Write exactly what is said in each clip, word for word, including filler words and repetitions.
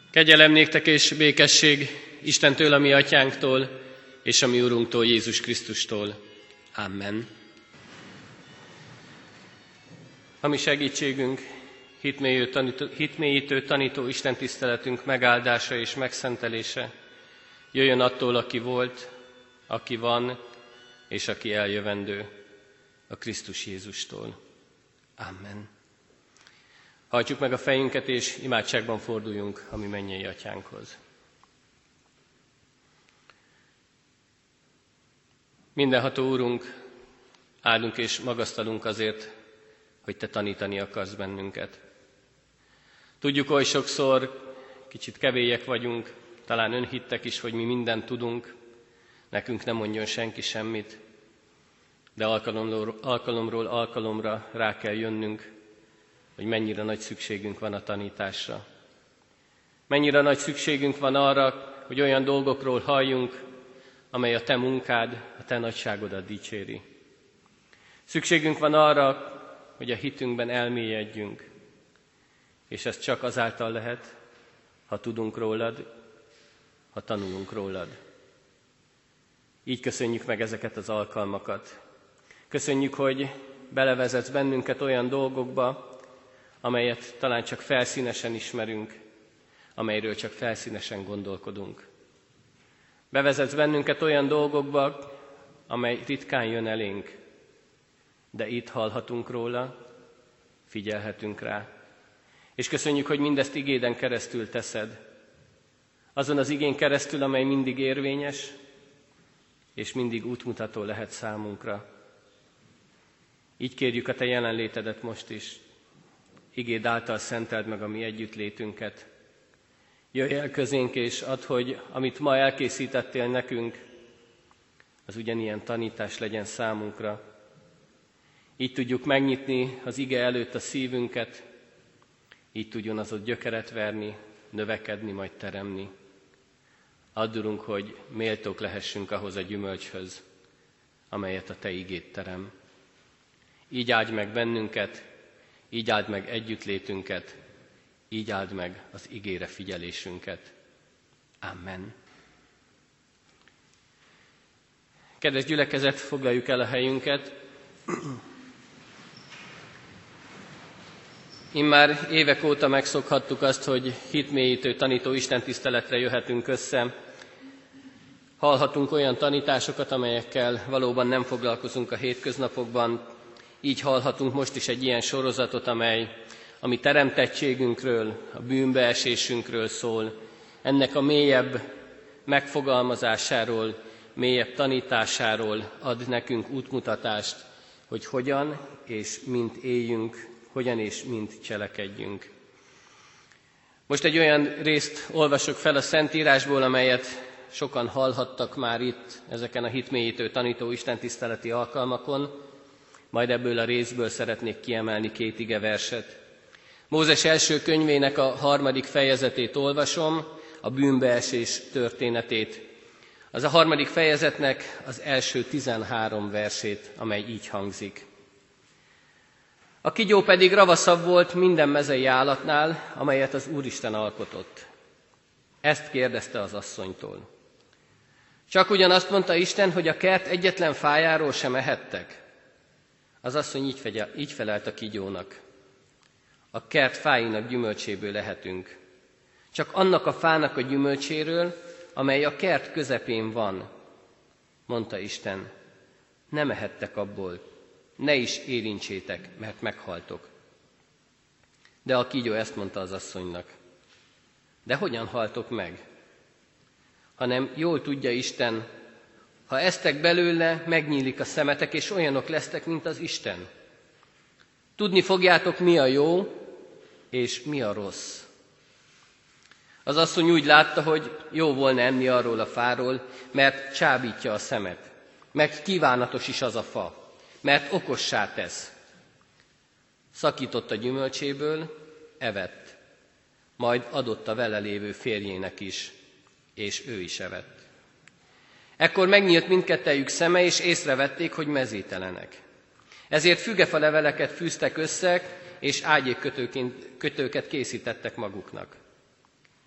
Kegyelem néktek és békesség Istentől, a mi atyánktól, és a mi Urunktól, Jézus Krisztustól. Amen. A mi segítségünk, hitmélyítő tanító, hitmélyítő tanító istentiszteletünk megáldása és megszentelése jöjjön attól, aki volt, aki van, és aki eljövendő, a Krisztus Jézustól. Amen. Hajtsuk meg a fejünket, és imádságban forduljunk a mi mennyei atyánkhoz. Mindenható Úrunk, áldunk és magasztalunk azért, hogy Te tanítani akarsz bennünket. Tudjuk, hogy sokszor kicsit kevélyek vagyunk, talán önhittek is, hogy mi mindent tudunk, nekünk nem mondjon senki semmit, de alkalomról, alkalomról alkalomra rá kell jönnünk, hogy mennyire nagy szükségünk van a tanításra. Mennyire nagy szükségünk van arra, hogy olyan dolgokról halljunk, amely a Te munkád, a Te nagyságodat dicséri. Szükségünk van arra, hogy a hitünkben elmélyedjünk, és ez csak azáltal lehet, ha tudunk rólad, ha tanulunk rólad. Így köszönjük meg ezeket az alkalmakat. Köszönjük, hogy belevezetsz bennünket olyan dolgokba, amelyet talán csak felszínesen ismerünk, amelyről csak felszínesen gondolkodunk. Bevezetsz bennünket olyan dolgokba, amely ritkán jön elénk, de itt hallhatunk róla, figyelhetünk rá. És köszönjük, hogy mindezt igéden keresztül teszed. Azon az igén keresztül, amely mindig érvényes, és mindig útmutató lehet számunkra. Így kérjük a Te jelenlétedet most is. Igéd által szenteld meg a mi együttlétünket. Jöjj el közénk, és add, hogy amit ma elkészítettél nekünk, az ugyanilyen tanítás legyen számunkra. Így tudjuk megnyitni az ige előtt a szívünket, így tudjon az ott gyökeret verni, növekedni, majd teremni. Add, Urunk, hogy méltók lehessünk ahhoz a gyümölcshöz, amelyet a Te igéd terem. Így áldj meg bennünket, így áld meg együttlétünket, így áld meg az igére figyelésünket. Amen. Kedves gyülekezet, foglaljuk el a helyünket. Immár évek óta megszokhattuk azt, hogy hitmélyítő tanító istentiszteletre jöhetünk össze. Hallhatunk olyan tanításokat, amelyekkel valóban nem foglalkozunk a hétköznapokban. Így hallhatunk most is egy ilyen sorozatot, amely a mi teremtettségünkről, a bűnbeesésünkről szól, ennek a mélyebb megfogalmazásáról, mélyebb tanításáról ad nekünk útmutatást, hogy hogyan és mint éljünk, hogyan és mint cselekedjünk. Most egy olyan részt olvasok fel a Szentírásból, amelyet sokan hallhattak már itt, ezeken a hitmélyítő tanító istentiszteleti alkalmakon, majd ebből a részből szeretnék kiemelni két igeverset. Mózes első könyvének a harmadik fejezetét olvasom, a bűnbeesés történetét. Az a harmadik fejezetnek az első tizenhárom versét, amely így hangzik. A kígyó pedig ravaszabb volt minden mezei állatnál, amelyet az Úristen alkotott. Ezt kérdezte az asszonytól. Csak ugyanazt mondta Isten, hogy a kert egyetlen fájáról sem ehettek. Az asszony így, fegyel, így felelt a kígyónak. A kert fáinak gyümölcséből lehetünk. Csak annak a fának a gyümölcséről, amely a kert közepén van, mondta Isten. Nem ehettek abból, ne is érintsétek, mert meghaltok. De a kígyó ezt mondta az asszonynak. De hogyan haltok meg? Hanem jól tudja Isten, ha esztek belőle, megnyílik a szemetek, és olyanok lesztek, mint az Isten. Tudni fogjátok, mi a jó, és mi a rossz. Az asszony úgy látta, hogy jó volna enni arról a fáról, mert csábítja a szemet, meg kívánatos is az a fa, mert okossá tesz. Szakított a gyümölcséből, evett, majd adott a vele lévő férjének is, és ő is evett. Ekkor megnyílt mindkettejük szeme, és észrevették, hogy mezítelenek. Ezért fügefa leveleket fűztek össze, és ágyékkötőket készítettek maguknak.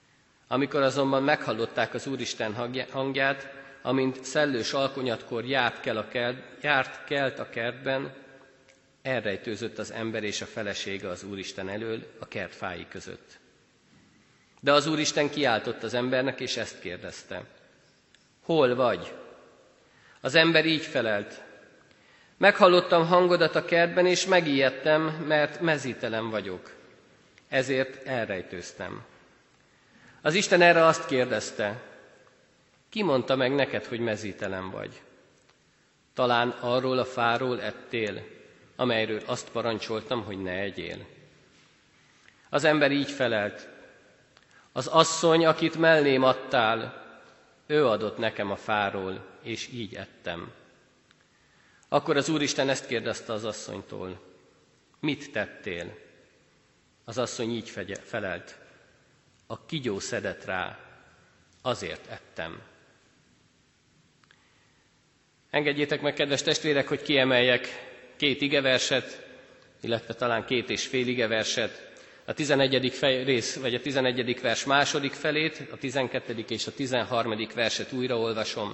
Amikor azonban meghallották az Úristen hangját, amint szellős alkonyatkor járt, kell a kert, járt kelt a kertben, elrejtőzött az ember és a felesége az Úristen elől a kert fái között. De az Úristen kiáltott az embernek, és ezt kérdezte: hol vagy? Az ember így felelt: meghallottam hangodat a kertben, és megijedtem, mert mezítelen vagyok. Ezért elrejtőztem. Az Isten erre azt kérdezte: ki mondta meg neked, hogy mezítelen vagy? Talán arról a fáról ettél, amelyről azt parancsoltam, hogy ne egyél. Az ember így felelt: az asszony, akit mellém adtál, ő adott nekem a fáról, és így ettem. Akkor az Úristen ezt kérdezte az asszonytól: mit tettél? Az asszony így felelt: a kígyó szedett rá, azért ettem. Engedjétek meg, kedves testvérek, hogy kiemeljek két igeverset, illetve talán két és fél igeverset, a tizenegyedik rész, vagy a tizenegyedik vers második felét, a tizenkettedik és a tizenharmadik verset újraolvasom.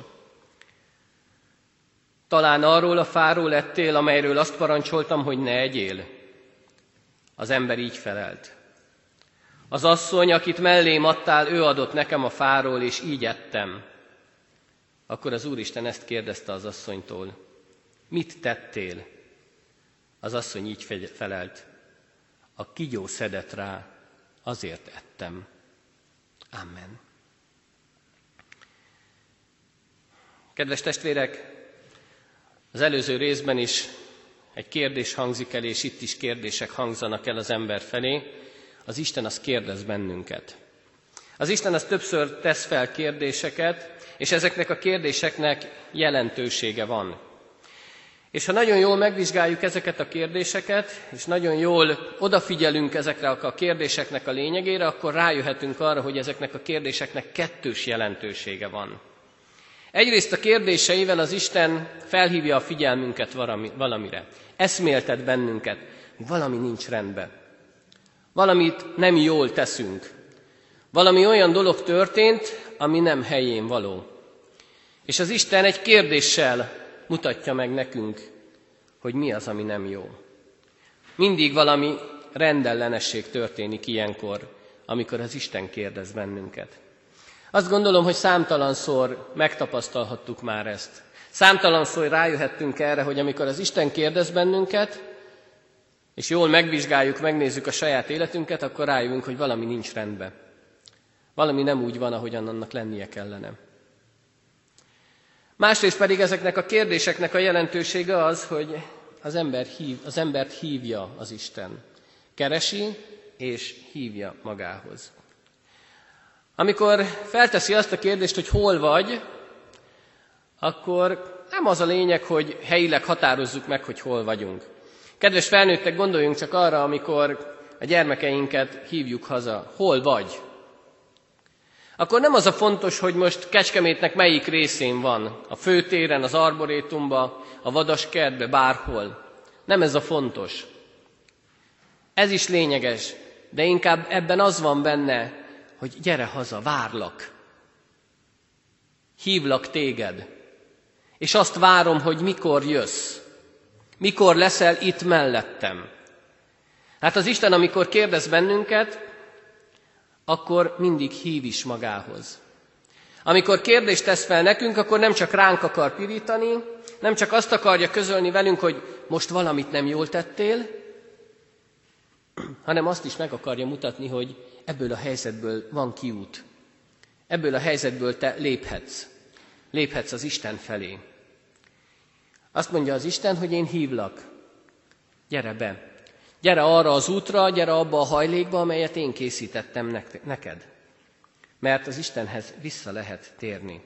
Talán arról a fáról ettél, amelyről azt parancsoltam, hogy ne egyél. Az ember így felelt: az asszony, akit mellém adtál, ő adott nekem a fáról, és így ettem. Akkor az Úristen ezt kérdezte az asszonytól: mit tettél? Az asszony így felelt: a kígyó szedett rá, azért ettem. Amen. Kedves testvérek, az előző részben is egy kérdés hangzik el, és itt is kérdések hangzanak el az ember felé. Az Isten az kérdez bennünket. Az Isten az többször tesz fel kérdéseket, és ezeknek a kérdéseknek jelentősége van. És ha nagyon jól megvizsgáljuk ezeket a kérdéseket, és nagyon jól odafigyelünk ezekre a kérdéseknek a lényegére, akkor rájöhetünk arra, hogy ezeknek a kérdéseknek kettős jelentősége van. Egyrészt a kérdéseivel az Isten felhívja a figyelmünket valamire. Eszméltet bennünket, hogy valami nincs rendben. Valamit nem jól teszünk. Valami olyan dolog történt, ami nem helyén való. És az Isten egy kérdéssel mutatja meg nekünk, hogy mi az, ami nem jó. Mindig valami rendellenesség történik ilyenkor, amikor az Isten kérdez bennünket. Azt gondolom, hogy számtalanszor megtapasztalhattuk már ezt. Számtalanszor rájöhettünk erre, hogy amikor az Isten kérdez bennünket, és jól megvizsgáljuk, megnézzük a saját életünket, akkor rájövünk, hogy valami nincs rendben. Valami nem úgy van, ahogyan annak lennie kellene. Másrészt pedig ezeknek a kérdéseknek a jelentősége az, hogy az, ember hív, az embert hívja az Isten. Keresi és hívja magához. Amikor felteszi azt a kérdést, hogy hol vagy, akkor nem az a lényeg, hogy helyileg határozzuk meg, hogy hol vagyunk. Kedves felnőttek, gondoljunk csak arra, amikor a gyermekeinket hívjuk haza. Hol vagy? Akkor nem az a fontos, hogy most Kecskemétnek melyik részén van, a főtéren, az arborétumban, a vadaskertben, bárhol. Nem ez a fontos. Ez is lényeges, de inkább ebben az van benne, hogy gyere haza, várlak. Hívlak téged. És azt várom, hogy mikor jössz. Mikor leszel itt mellettem. Hát az Isten, amikor kérdez bennünket, akkor mindig hív is magához. Amikor kérdést tesz fel nekünk, akkor nem csak ránk akar pirítani, nem csak azt akarja közölni velünk, hogy most valamit nem jól tettél, hanem azt is meg akarja mutatni, hogy ebből a helyzetből van kiút. Ebből a helyzetből te léphetsz. Léphetsz az Isten felé. Azt mondja az Isten, hogy én hívlak. Gyere be. Gyere arra az útra, gyere abba a hajlékba, amelyet én készítettem neked. Mert az Istenhez vissza lehet térni.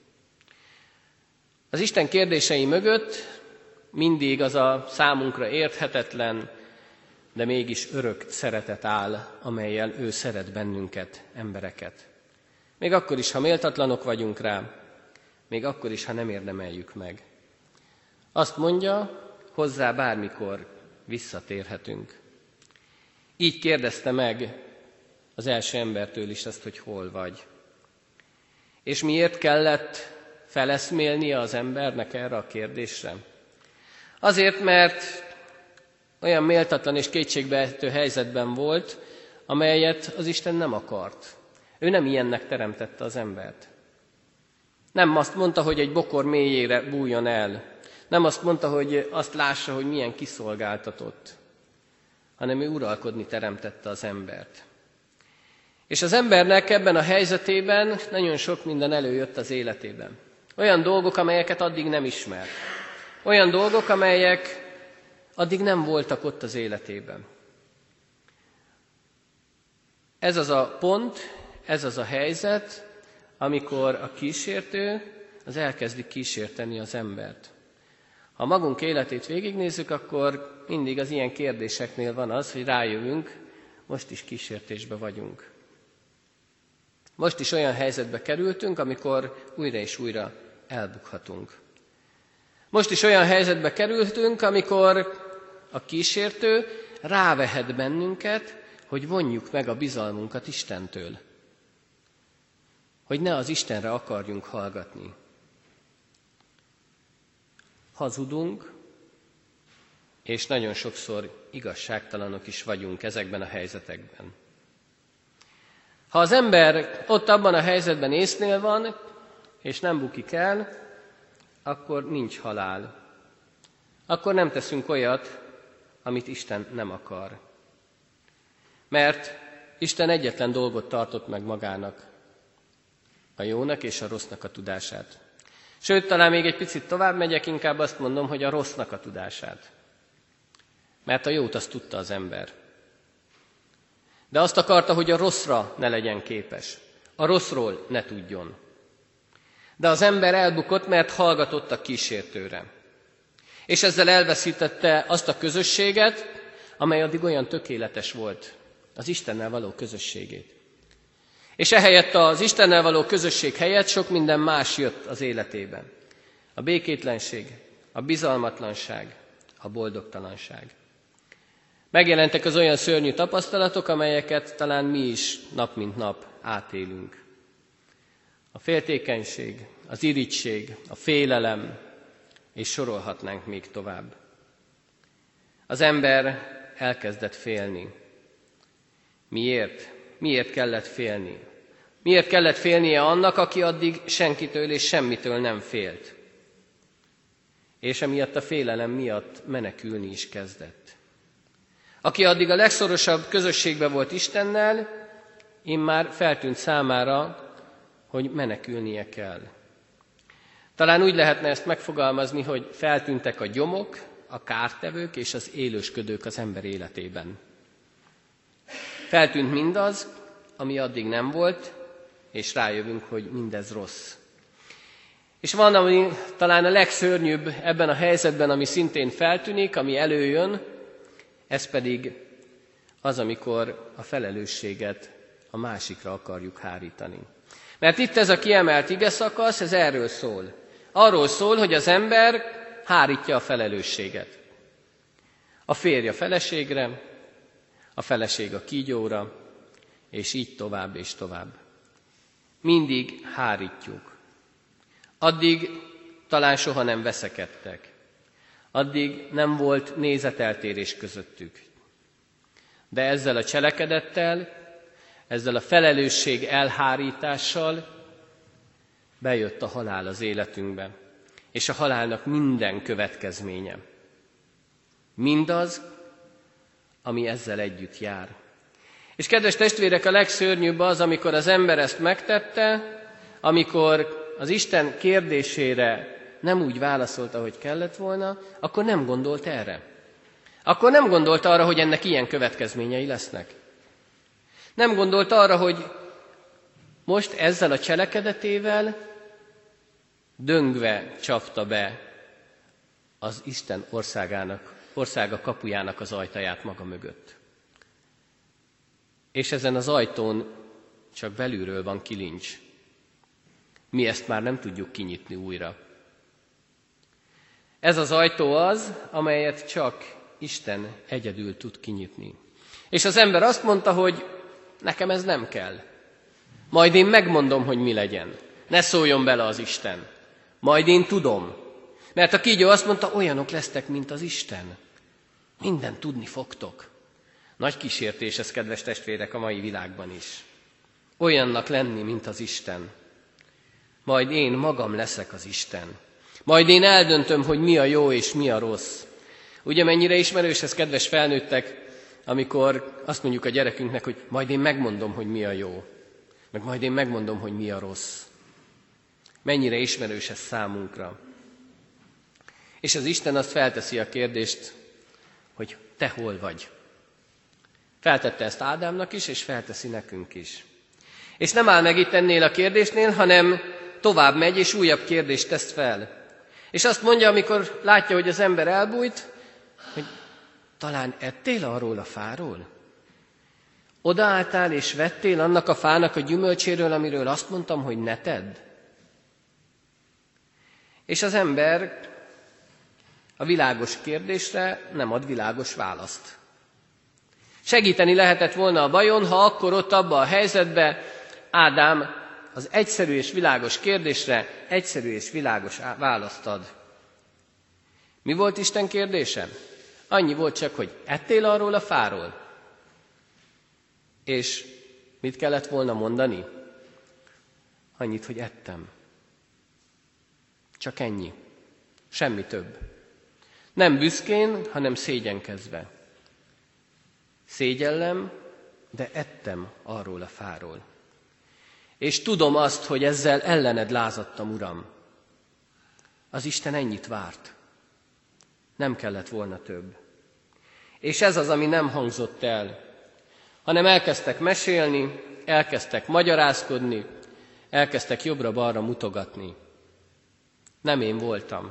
Az Isten kérdései mögött mindig az a számunkra érthetetlen, de mégis örök szeretet áll, amellyel ő szeret bennünket, embereket. Még akkor is, ha méltatlanok vagyunk rá, még akkor is, ha nem érdemeljük meg. Azt mondja, hozzá bármikor visszatérhetünk. Így kérdezte meg az első embertől is azt, hogy hol vagy. És miért kellett feleszmélnie az embernek erre a kérdésre? Azért, mert olyan méltatlan és kétségbeejtő helyzetben volt, amelyet az Isten nem akart. Ő nem ilyennek teremtette az embert. Nem azt mondta, hogy egy bokor mélyére bújjon el. Nem azt mondta, hogy azt lássa, hogy milyen kiszolgáltatott, hanem ő uralkodni teremtette az embert. És az embernek ebben a helyzetében nagyon sok minden előjött az életében. Olyan dolgok, amelyeket addig nem ismert. Olyan dolgok, amelyek addig nem voltak ott az életében. Ez az a pont, ez az a helyzet, amikor a kísértő az elkezdi kísérteni az embert. Ha magunk életét végignézzük, akkor mindig az ilyen kérdéseknél van az, hogy rájövünk, most is kísértésbe vagyunk. Most is olyan helyzetbe kerültünk, amikor újra és újra elbukhatunk. Most is olyan helyzetbe kerültünk, amikor a kísértő rávehet bennünket, hogy vonjuk meg a bizalmunkat Istentől. Hogy ne az Istenre akarjunk hallgatni. Hazudunk, és nagyon sokszor igazságtalanok is vagyunk ezekben a helyzetekben. Ha az ember ott abban a helyzetben észnél van, és nem bukik el, akkor nincs halál. Akkor nem teszünk olyat, amit Isten nem akar. Mert Isten egyetlen dolgot tartott meg magának, a jónak és a rossznak a tudását. Sőt, talán még egy picit tovább megyek, inkább azt mondom, hogy a rossznak a tudását. Mert a jót azt tudta az ember. De azt akarta, hogy a rosszra ne legyen képes. A rosszról ne tudjon. De az ember elbukott, mert hallgatott a kísértőre. És ezzel elveszítette azt a közösséget, amely addig olyan tökéletes volt, az Istennel való közösségét. És ehelyett az Istennel való közösség helyett sok minden más jött az életében. A békétlenség, a bizalmatlanság, a boldogtalanság. Megjelentek az olyan szörnyű tapasztalatok, amelyeket talán mi is nap mint nap átélünk. A féltékenység, az irigység, a félelem, és sorolhatnánk még tovább. Az ember elkezdett félni. Miért? Miért kellett félni? Miért kellett félnie annak, aki addig senkitől és semmitől nem félt? És emiatt a félelem miatt menekülni is kezdett. Aki addig a legszorosabb közösségben volt Istennel, immár feltűnt számára, hogy menekülnie kell. Talán úgy lehetne ezt megfogalmazni, hogy feltűntek a gyomok, a kártevők és az élősködők az ember életében. Feltűnt mindaz, ami addig nem volt, és rájövünk, hogy mindez rossz. És van, ami talán a legszörnyűbb ebben a helyzetben, ami szintén feltűnik, ami előjön, ez pedig az, amikor a felelősséget a másikra akarjuk hárítani. Mert itt ez a kiemelt igeszakasz, ez erről szól. Arról szól, hogy az ember hárítja a felelősséget. A férj a feleségre, a feleség a kígyóra, és így tovább és tovább. Mindig hárítjuk. Addig talán soha nem veszekedtek. Addig nem volt nézeteltérés közöttük. De ezzel a cselekedettel, ezzel a felelősség elhárítással bejött a halál az életünkbe, és a halálnak minden következménye. Mindaz, ami ezzel együtt jár. És kedves testvérek, a legszörnyűbb az, amikor az ember ezt megtette, amikor az Isten kérdésére nem úgy válaszolt, ahogy kellett volna, akkor nem gondolt erre. Akkor nem gondolt arra, hogy ennek ilyen következményei lesznek. Nem gondolt arra, hogy most ezzel a cselekedetével döngve csapta be az Isten országának, országa kapujának az ajtaját maga mögött. És ezen az ajtón csak belülről van kilincs. Mi ezt már nem tudjuk kinyitni újra. Ez az ajtó az, amelyet csak Isten egyedül tud kinyitni. És az ember azt mondta, hogy Nekem ez nem kell. Majd én megmondom, hogy mi legyen. Ne szóljon bele az Isten. Majd én tudom. Mert a kígyó azt mondta, olyanok lesztek, mint az Isten. Mindent tudni fogtok. Nagy kísértés ez, kedves testvérek, a mai világban is. Olyannak lenni, mint az Isten. Majd én magam leszek az Isten. Majd én eldöntöm, hogy mi a jó és mi a rossz. Ugye mennyire ismerős ez, kedves felnőttek, amikor azt mondjuk a gyerekünknek, hogy majd én megmondom, hogy mi a jó. Meg majd én megmondom, hogy mi a rossz. Mennyire ismerős ez számunkra. És az Isten azt felteszi a kérdést, hogy te hol vagy. Feltette ezt Ádámnak is, és felteszi nekünk is. És nem áll meg itt ennél a kérdésnél, hanem tovább megy, és újabb kérdést tesz fel. És azt mondja, amikor látja, hogy az ember elbújt, hogy talán ettél arról a fáról? Odaálltál és vettél annak a fának a gyümölcséről, amiről azt mondtam, hogy ne tedd? És az ember a világos kérdésre nem ad világos választ. Segíteni lehetett volna a bajon, ha akkor ott abba a helyzetbe Ádám az egyszerű és világos kérdésre egyszerű és világos választ ad. Mi volt Isten kérdése? Annyi volt csak, hogy ettél arról a fáról? És mit kellett volna mondani? Annyit, hogy ettem. Csak ennyi. Semmi több. Nem büszkén, hanem szégyenkezve. Szégyellem, de ettem arról a fáról. És tudom azt, hogy ezzel ellened lázadtam, Uram. Az Isten ennyit várt. Nem kellett volna több. És ez az, ami nem hangzott el, hanem elkezdtek mesélni, elkezdtek magyarázkodni, elkezdtek jobbra-balra mutogatni. Nem én voltam.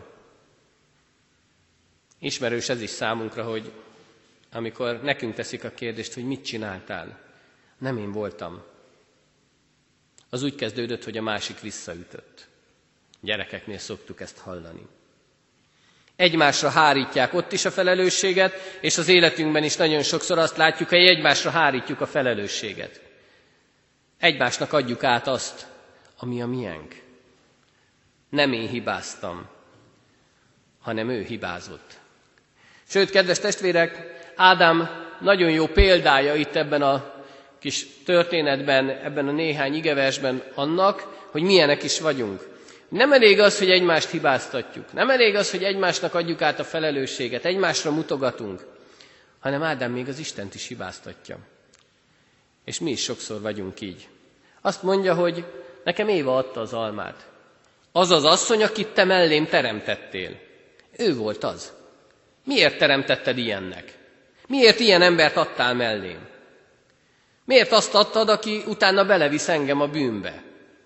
Ismerős ez is számunkra, hogy amikor nekünk teszik a kérdést, hogy mit csináltál, nem én voltam. Az úgy kezdődött, hogy a másik visszaütött. Gyerekeknél szoktuk ezt hallani. Egymásra hárítják ott is a felelősséget, és az életünkben is nagyon sokszor azt látjuk, hogy egymásra hárítjuk a felelősséget. Egymásnak adjuk át azt, ami a miénk. Nem én hibáztam, hanem ő hibázott. Sőt, kedves testvérek, Ádám nagyon jó példája itt ebben a kis történetben, ebben a néhány igeversben annak, hogy milyenek is vagyunk. Nem elég az, hogy egymást hibáztatjuk, nem elég az, hogy egymásnak adjuk át a felelősséget, egymásra mutogatunk, hanem Ádám még az Istent is hibáztatja. És mi is sokszor vagyunk így. Azt mondja, hogy nekem Éva adta az almát. Az az asszony, akit te mellém teremtettél. Ő volt az. Miért teremtetted ilyennek? Miért ilyen embert adtál mellém? Miért azt adtad, aki utána belevisz engem a bűnbe?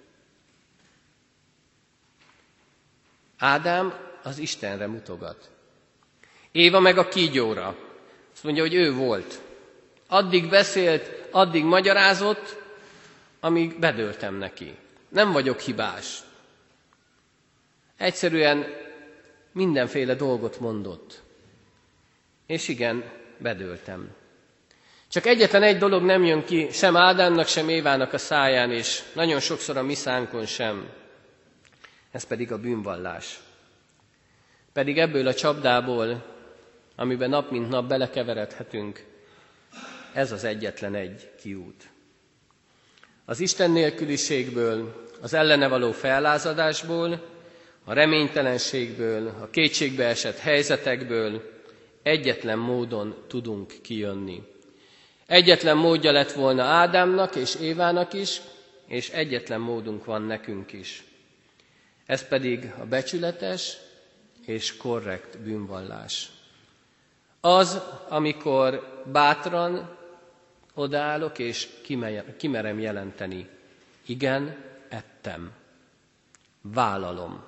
Ádám az Istenre mutogat. Éva meg a kígyóra. Azt mondja, hogy ő volt. Addig beszélt, addig magyarázott, amíg bedőltem neki. Nem vagyok hibás. Egyszerűen mindenféle dolgot mondott. És igen, bedőltem. Csak egyetlen egy dolog nem jön ki sem Ádámnak, sem Évának a száján, és nagyon sokszor a mi szánkon sem. Ez pedig a bűnvallás. Pedig ebből a csapdából, amiben nap mint nap belekeveredhetünk, ez az egyetlen egy kiút. Az Isten nélküliségből, az ellene való fellázadásból, a reménytelenségből, a kétségbe esett helyzetekből egyetlen módon tudunk kijönni. Egyetlen módja lett volna Ádámnak és Évának is, és egyetlen módunk van nekünk is. Ez pedig a becsületes és korrekt bűnvallás. Az, amikor bátran odaállok és kimerem jelenteni. Igen, ettem. Vállalom.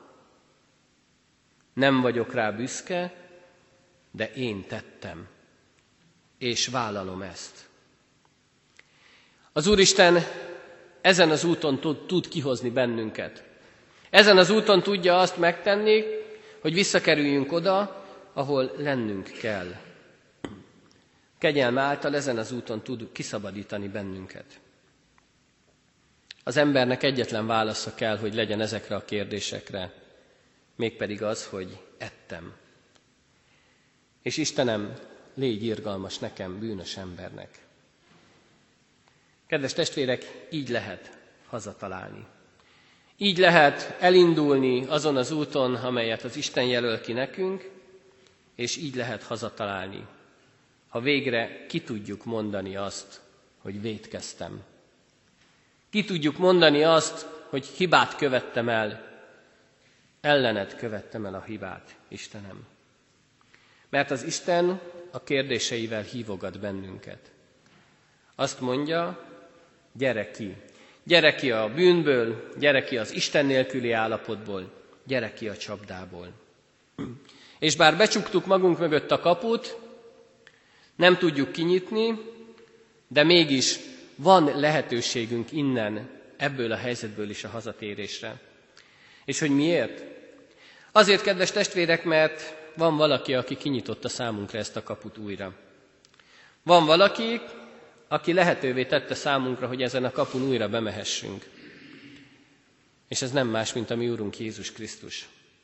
Nem vagyok rá büszke, de én tettem. És vállalom ezt. Az Úristen ezen az úton tud, tud kihozni bennünket. Ezen az úton tudja azt megtenni, hogy visszakerüljünk oda, ahol lennünk kell. Kegyelme által ezen az úton tud kiszabadítani bennünket. az embernek egyetlen válasza kell, hogy legyen ezekre a kérdésekre, mégpedig az, hogy ettem. És Istenem, légy irgalmas nekem, bűnös embernek. Kedves testvérek, így lehet hazatalálni. Így lehet elindulni azon az úton, amelyet az Isten jelöl ki nekünk, és így lehet hazatalálni, ha végre ki tudjuk mondani azt, hogy vétkeztem. Ki tudjuk mondani azt, hogy hibát követtem el, ellened követtem el a hibát, Istenem. Mert az Isten a kérdéseivel hívogat bennünket. Azt mondja, gyere ki. Gyere ki a bűnből, gyere ki az Isten nélküli állapotból, gyere ki a csapdából. És bár becsuktuk magunk mögött a kaput, nem tudjuk kinyitni, de mégis van lehetőségünk innen, ebből a helyzetből is a hazatérésre. És hogy miért? Azért, kedves testvérek, mert van valaki, aki kinyitotta számunkra ezt a kaput újra. Van valaki, aki lehetővé tette számunkra, hogy ezen a kapun újra bemehessünk. És ez nem más, mint a mi Úrunk Jézus Krisztus.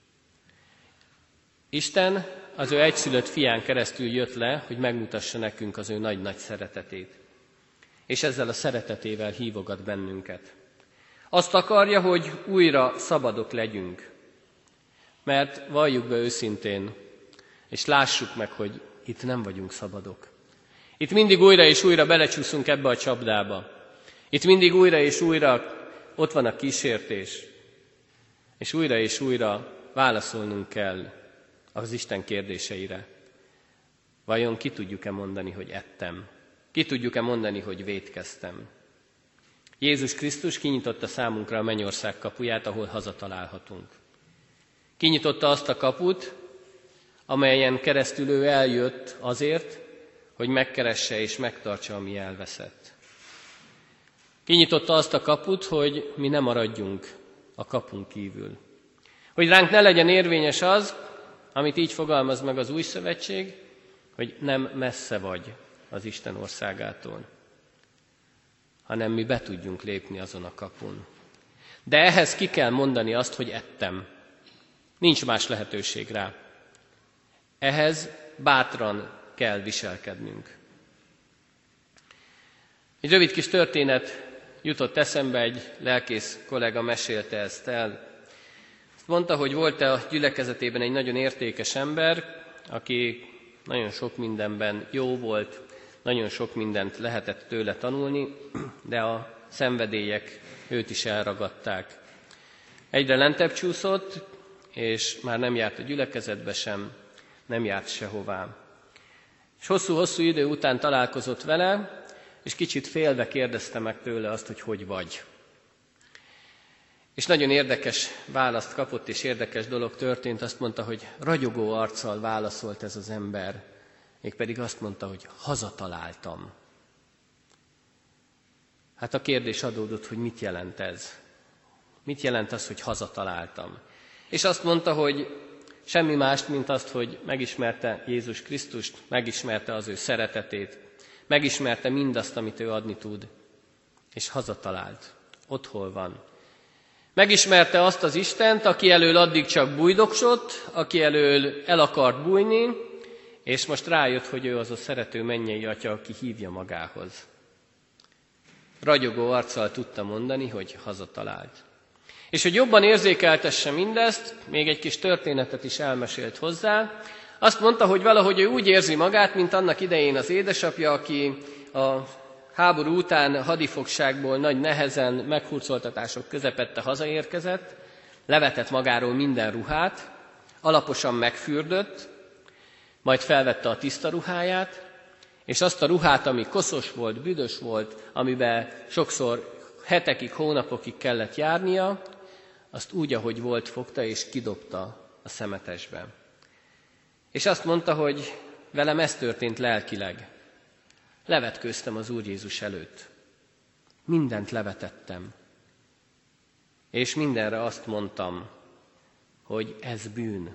Isten az ő egyszülött fián keresztül jött le, hogy megmutassa nekünk az ő nagy-nagy szeretetét. És ezzel a szeretetével hívogat bennünket. Azt akarja, hogy újra szabadok legyünk. Mert valljuk be őszintén, és lássuk meg, hogy itt nem vagyunk szabadok. Itt mindig újra és újra belecsúszunk ebbe a csapdába. Itt mindig újra és újra ott van a kísértés. És újra és újra válaszolnunk kell az Isten kérdéseire. Vajon ki tudjuk-e mondani, hogy ettem? Ki tudjuk-e mondani, hogy vétkeztem? Jézus Krisztus kinyitotta számunkra a mennyország kapuját, ahol hazatalálhatunk. Kinyitotta azt a kaput, amelyen keresztül ő eljött azért, hogy megkeresse és megtartsa, ami elveszett. Kinyitotta azt a kaput, hogy mi ne maradjunk a kapun kívül. Hogy ránk ne legyen érvényes az, amit így fogalmaz meg az Új Szövetség, hogy nem messze vagy az Isten országától, hanem mi be tudjunk lépni azon a kapun. De ehhez ki kell mondani azt, hogy ettem. Nincs más lehetőség rá. Ehhez bátran kell viselkednünk. Egy rövid kis történet jutott eszembe, egy lelkész kollega mesélte ezt el. Mondta, hogy volt a gyülekezetében egy nagyon értékes ember, aki nagyon sok mindenben jó volt, nagyon sok mindent lehetett tőle tanulni, de a szenvedélyek őt is elragadták. Egyre lentebb csúszott, és már nem járt a gyülekezetbe sem, nem járt sehová. És hosszú-hosszú idő után találkozott vele, és kicsit félve kérdezte meg tőle azt, hogy hogy vagy. És nagyon érdekes választ kapott, és érdekes dolog történt. Azt mondta, hogy ragyogó arccal válaszolt ez az ember, mégpedig azt mondta, hogy hazataláltam. Hát a kérdés adódott, hogy mit jelent ez? Mit jelent az, hogy hazataláltam? És azt mondta, hogy semmi mást, mint azt, hogy megismerte Jézus Krisztust, megismerte az ő szeretetét, megismerte mindazt, amit ő adni tud, és hazatalált. Ott hol van. Megismerte azt az Istent, aki elől addig csak bújdogsott, aki elől el akart bújni, és most rájött, hogy ő az a szerető mennyei Atya, aki hívja magához. Ragyogó arccal tudta mondani, hogy hazatalált. És hogy jobban érzékeltesse mindezt, még egy kis történetet is elmesélt hozzá. Azt mondta, hogy valahogy ő úgy érzi magát, mint annak idején az édesapja, aki a háború után hadifogságból nagy nehezen, meghurcoltatások közepette hazaérkezett, levetett magáról minden ruhát, alaposan megfürdött, majd felvette a tiszta ruháját, és azt a ruhát, ami koszos volt, büdös volt, amiben sokszor hetekig, hónapokig kellett járnia, azt úgy, ahogy volt, fogta és kidobta a szemetesbe. És azt mondta, hogy velem ez történt lelkileg. Levetkőztem az Úr Jézus előtt. Mindent levetettem. És mindenre azt mondtam, hogy ez bűn.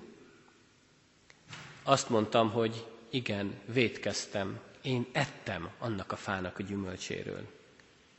Azt mondtam, hogy igen, vétkeztem. Én ettem annak a fának a gyümölcséről.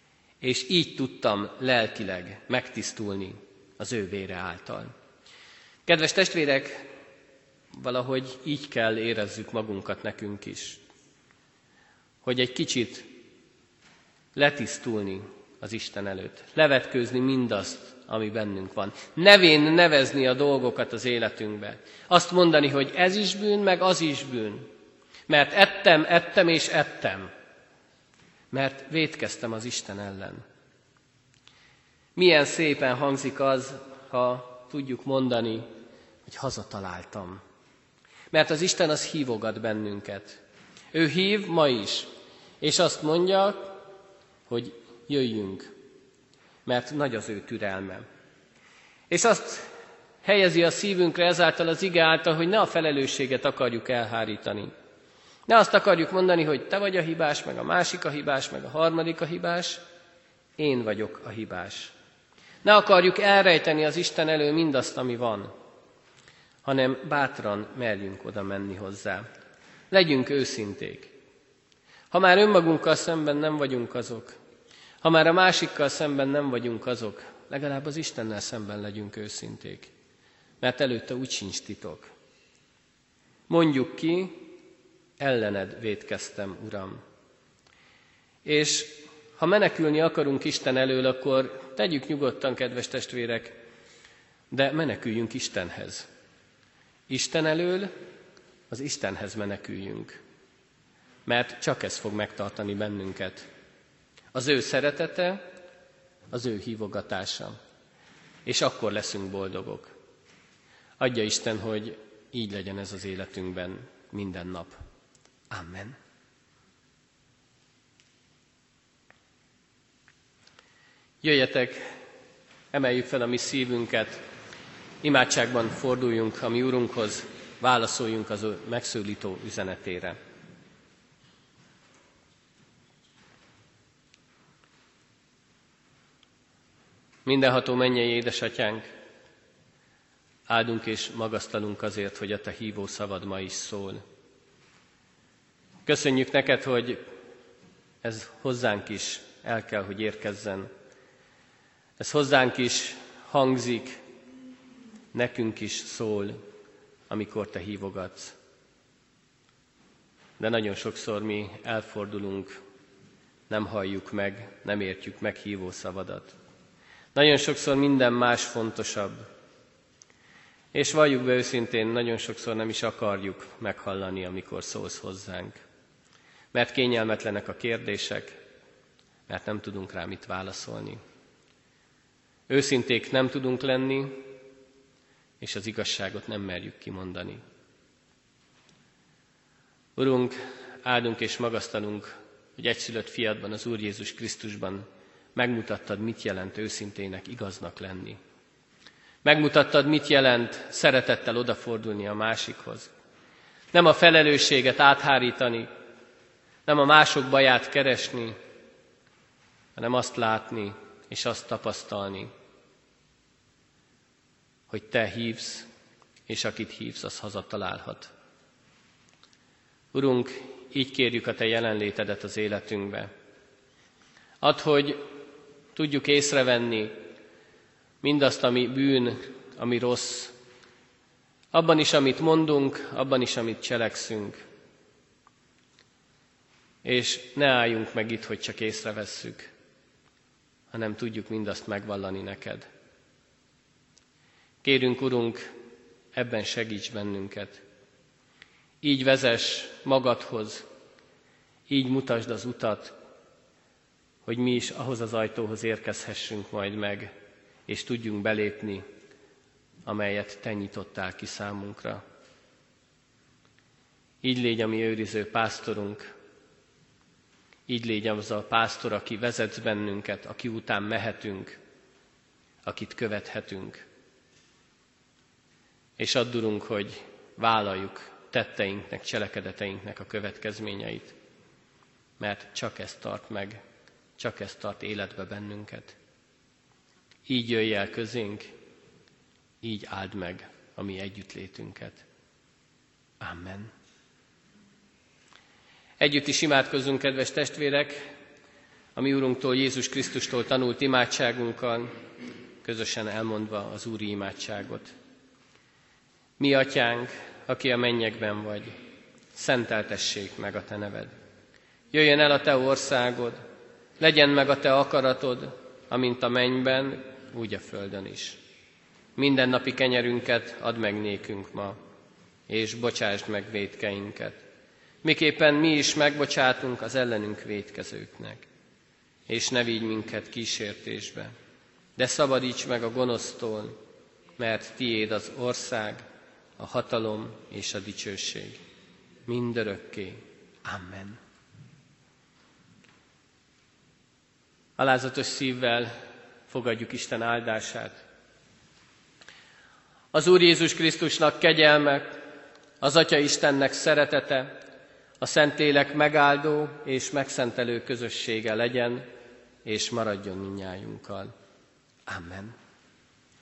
és így tudtam lelkileg megtisztulni az ő vére által. Kedves testvérek, valahogy így kell érezzük magunkat nekünk is, hogy egy kicsit letisztulni az Isten előtt, levetkőzni mindazt, ami bennünk van. Nevén nevezni a dolgokat az életünkbe. Azt mondani, hogy ez is bűn, meg az is bűn. Mert ettem, ettem és ettem. Mert vétkeztem az Isten ellen. Milyen szépen hangzik az, ha tudjuk mondani, hogy hazataláltam. Mert az Isten az hívogat bennünket. Ő hív ma is, és azt mondja, hogy jöjjünk, mert nagy az ő türelme. És azt helyezi a szívünkre ezáltal az ige által, hogy ne a felelősséget akarjuk elhárítani. Ne azt akarjuk mondani, hogy te vagy a hibás, meg a másik a hibás, meg a harmadik a hibás, én vagyok a hibás. Ne akarjuk elrejteni az Isten elől mindazt, ami van, hanem bátran merjünk oda menni hozzá. Legyünk őszinték. Ha már önmagunkkal szemben nem vagyunk azok, ha már a másikkal szemben nem vagyunk azok, legalább az Istennel szemben legyünk őszinték, mert előtte úgy sincs titok. Mondjuk ki, ellened vétkeztem, Uram. És ha menekülni akarunk Isten elől, akkor tegyük nyugodtan, kedves testvérek, de meneküljünk Istenhez. Isten elől az Istenhez meneküljünk, mert csak ez fog megtartani bennünket. Az ő szeretete, az ő hívogatása, és akkor leszünk boldogok. Adja Isten, hogy így legyen ez az életünkben minden nap. Amen. Jöjjetek, emeljük fel a mi szívünket, imádságban forduljunk a mi Urunkhoz, válaszoljunk az ő megszólító üzenetére. Mindenható mennyei édesatyánk, áldunk és magasztalunk azért, hogy a te hívó szavad ma is szól. Köszönjük neked, hogy ez hozzánk is el kell, hogy érkezzen. Ez hozzánk is hangzik, nekünk is szól, amikor te hívogatsz. De nagyon sokszor mi elfordulunk, nem halljuk meg, nem értjük meg hívó szavadat. Nagyon sokszor minden más fontosabb. És valljuk be őszintén, nagyon sokszor nem is akarjuk meghallani, amikor szólsz hozzánk. Mert kényelmetlenek a kérdések, mert nem tudunk rá mit válaszolni. Őszinték nem tudunk lenni, és az igazságot nem merjük kimondani. Urunk, áldunk és magasztalunk, hogy egyszülött fiadban, az Úr Jézus Krisztusban megmutattad, mit jelent őszintének, igaznak lenni. Megmutattad, mit jelent szeretettel odafordulni a másikhoz. Nem a felelősséget áthárítani, nem a mások baját keresni, hanem azt látni és azt tapasztalni, hogy te hívsz, és akit hívsz, az hazatalálhat. Urunk, így kérjük a te jelenlétedet az életünkbe. Add, hogy tudjuk észrevenni mindazt, ami bűn, ami rossz, abban is, amit mondunk, abban is, amit cselekszünk. És ne álljunk meg itt, hogy csak észrevesszük, hanem tudjuk mindazt megvallani neked. Kérünk, Urunk, ebben segíts bennünket. Így vezess magadhoz, így mutasd az utat, hogy mi is ahhoz az ajtóhoz érkezhessünk majd meg, és tudjunk belépni, amelyet te nyitottál ki számunkra. Így légy a mi őriző pásztorunk, így légy az a pásztor, aki vezetsz bennünket, aki után mehetünk, akit követhetünk. És add, Urunk, hogy vállaljuk tetteinknek, cselekedeteinknek a következményeit, mert csak ez tart meg, csak ez tart életbe bennünket. Így jöjj el közénk, így áld meg a mi együttlétünket. Amen. Együtt is imádkozzunk, kedves testvérek, a mi Urunktól, Jézus Krisztustól tanult imádságunkkal, közösen elmondva az úri imádságot. Mi atyánk, aki a mennyekben vagy, szenteltessék meg a te neved. Jöjjön el a te országod, legyen meg a te akaratod, amint a mennyben, úgy a földön is. Mindennapi kenyerünket add meg nékünk ma, és bocsásd meg vétkeinket, miképpen mi is megbocsátunk az ellenünk vétkezőknek. És ne vigy minket kísértésbe, de szabadíts meg a gonosztól, mert tiéd az ország, a hatalom és a dicsőség. Mindörökké. Amen. Alázatos szívvel fogadjuk Isten áldását. Az Úr Jézus Krisztusnak kegyelme, az Atya Istennek szeretete, a Szentlélek megáldó és megszentelő közössége legyen, és maradjon mindnyájunkkal. Amen.